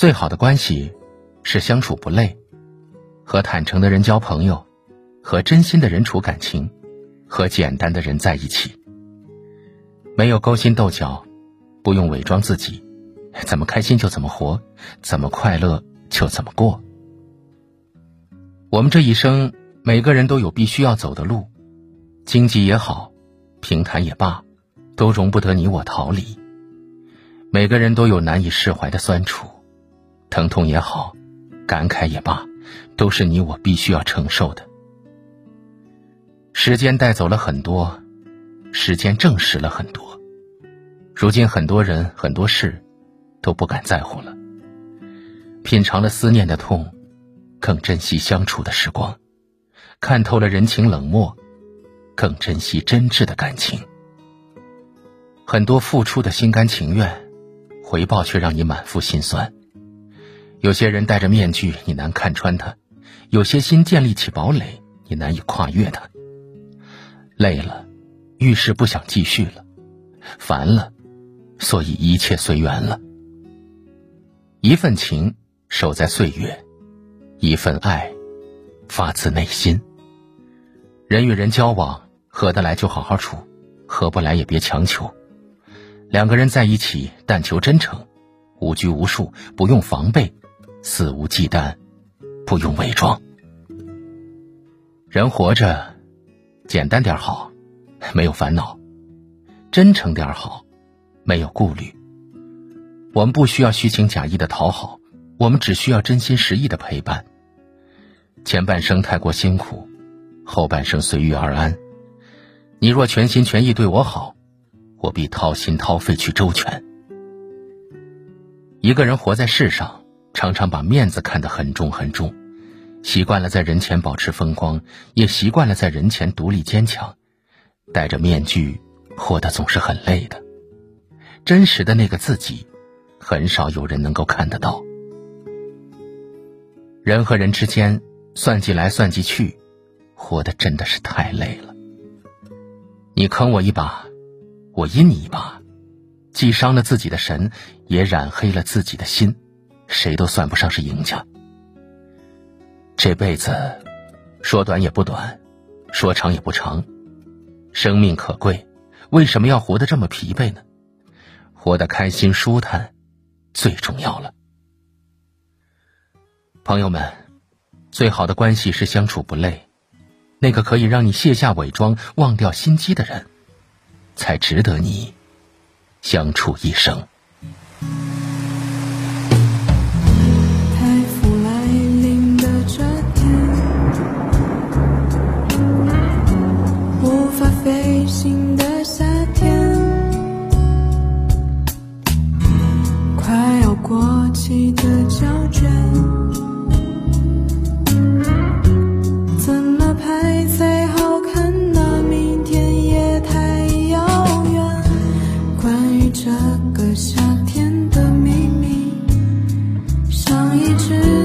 最好的关系是相处不累，和坦诚的人交朋友，和真心的人处感情，和简单的人在一起。没有勾心斗角，不用伪装自己，怎么开心就怎么活，怎么快乐就怎么过。我们这一生，每个人都有必须要走的路，荆棘也好，平坦也罢，都容不得你我逃离。每个人都有难以释怀的酸楚，疼痛也好，感慨也罢，都是你我必须要承受的。时间带走了很多，时间证实了很多。如今很多人很多事都不敢在乎了，品尝了思念的痛，更珍惜相处的时光，看透了人情冷漠，更珍惜真挚的感情。很多付出的心甘情愿，回报却让你满腹心酸。有些人戴着面具，你难看穿他；有些心建立起堡垒，你难以跨越他。累了，遇事不想继续了；烦了，所以一切随缘了。一份情守在岁月，一份爱发自内心。人与人交往，合得来就好好处，合不来也别强求。两个人在一起，但求真诚，无拘无束，不用防备，肆无忌惮，不用伪装。人活着，简单点好，没有烦恼；真诚点好，没有顾虑。我们不需要虚情假意的讨好，我们只需要真心实意的陪伴。前半生太过辛苦，后半生随遇而安。你若全心全意对我好，我必掏心掏肺去周全。一个人活在世上，常常把面子看得很重很重，习惯了在人前保持风光，也习惯了在人前独立坚强。戴着面具，活得总是很累的。真实的那个自己，很少有人能够看得到。人和人之间，算计来算计去，活得真的是太累了。你坑我一把，我阴你一把，既伤了自己的神，也染黑了自己的心，谁都算不上是赢家。这辈子说短也不短，说长也不长。生命可贵，为什么要活得这么疲惫呢？活得开心舒坦最重要了。朋友们，最好的关系是相处不累，那个可以让你卸下伪装，忘掉心机的人，才值得你相处一生。 台风来临的这天，无法飞行的夏天，快要过期的胶卷，怎么拍才好看呢？明天也太遥远。关于这个夏天的秘密，像一只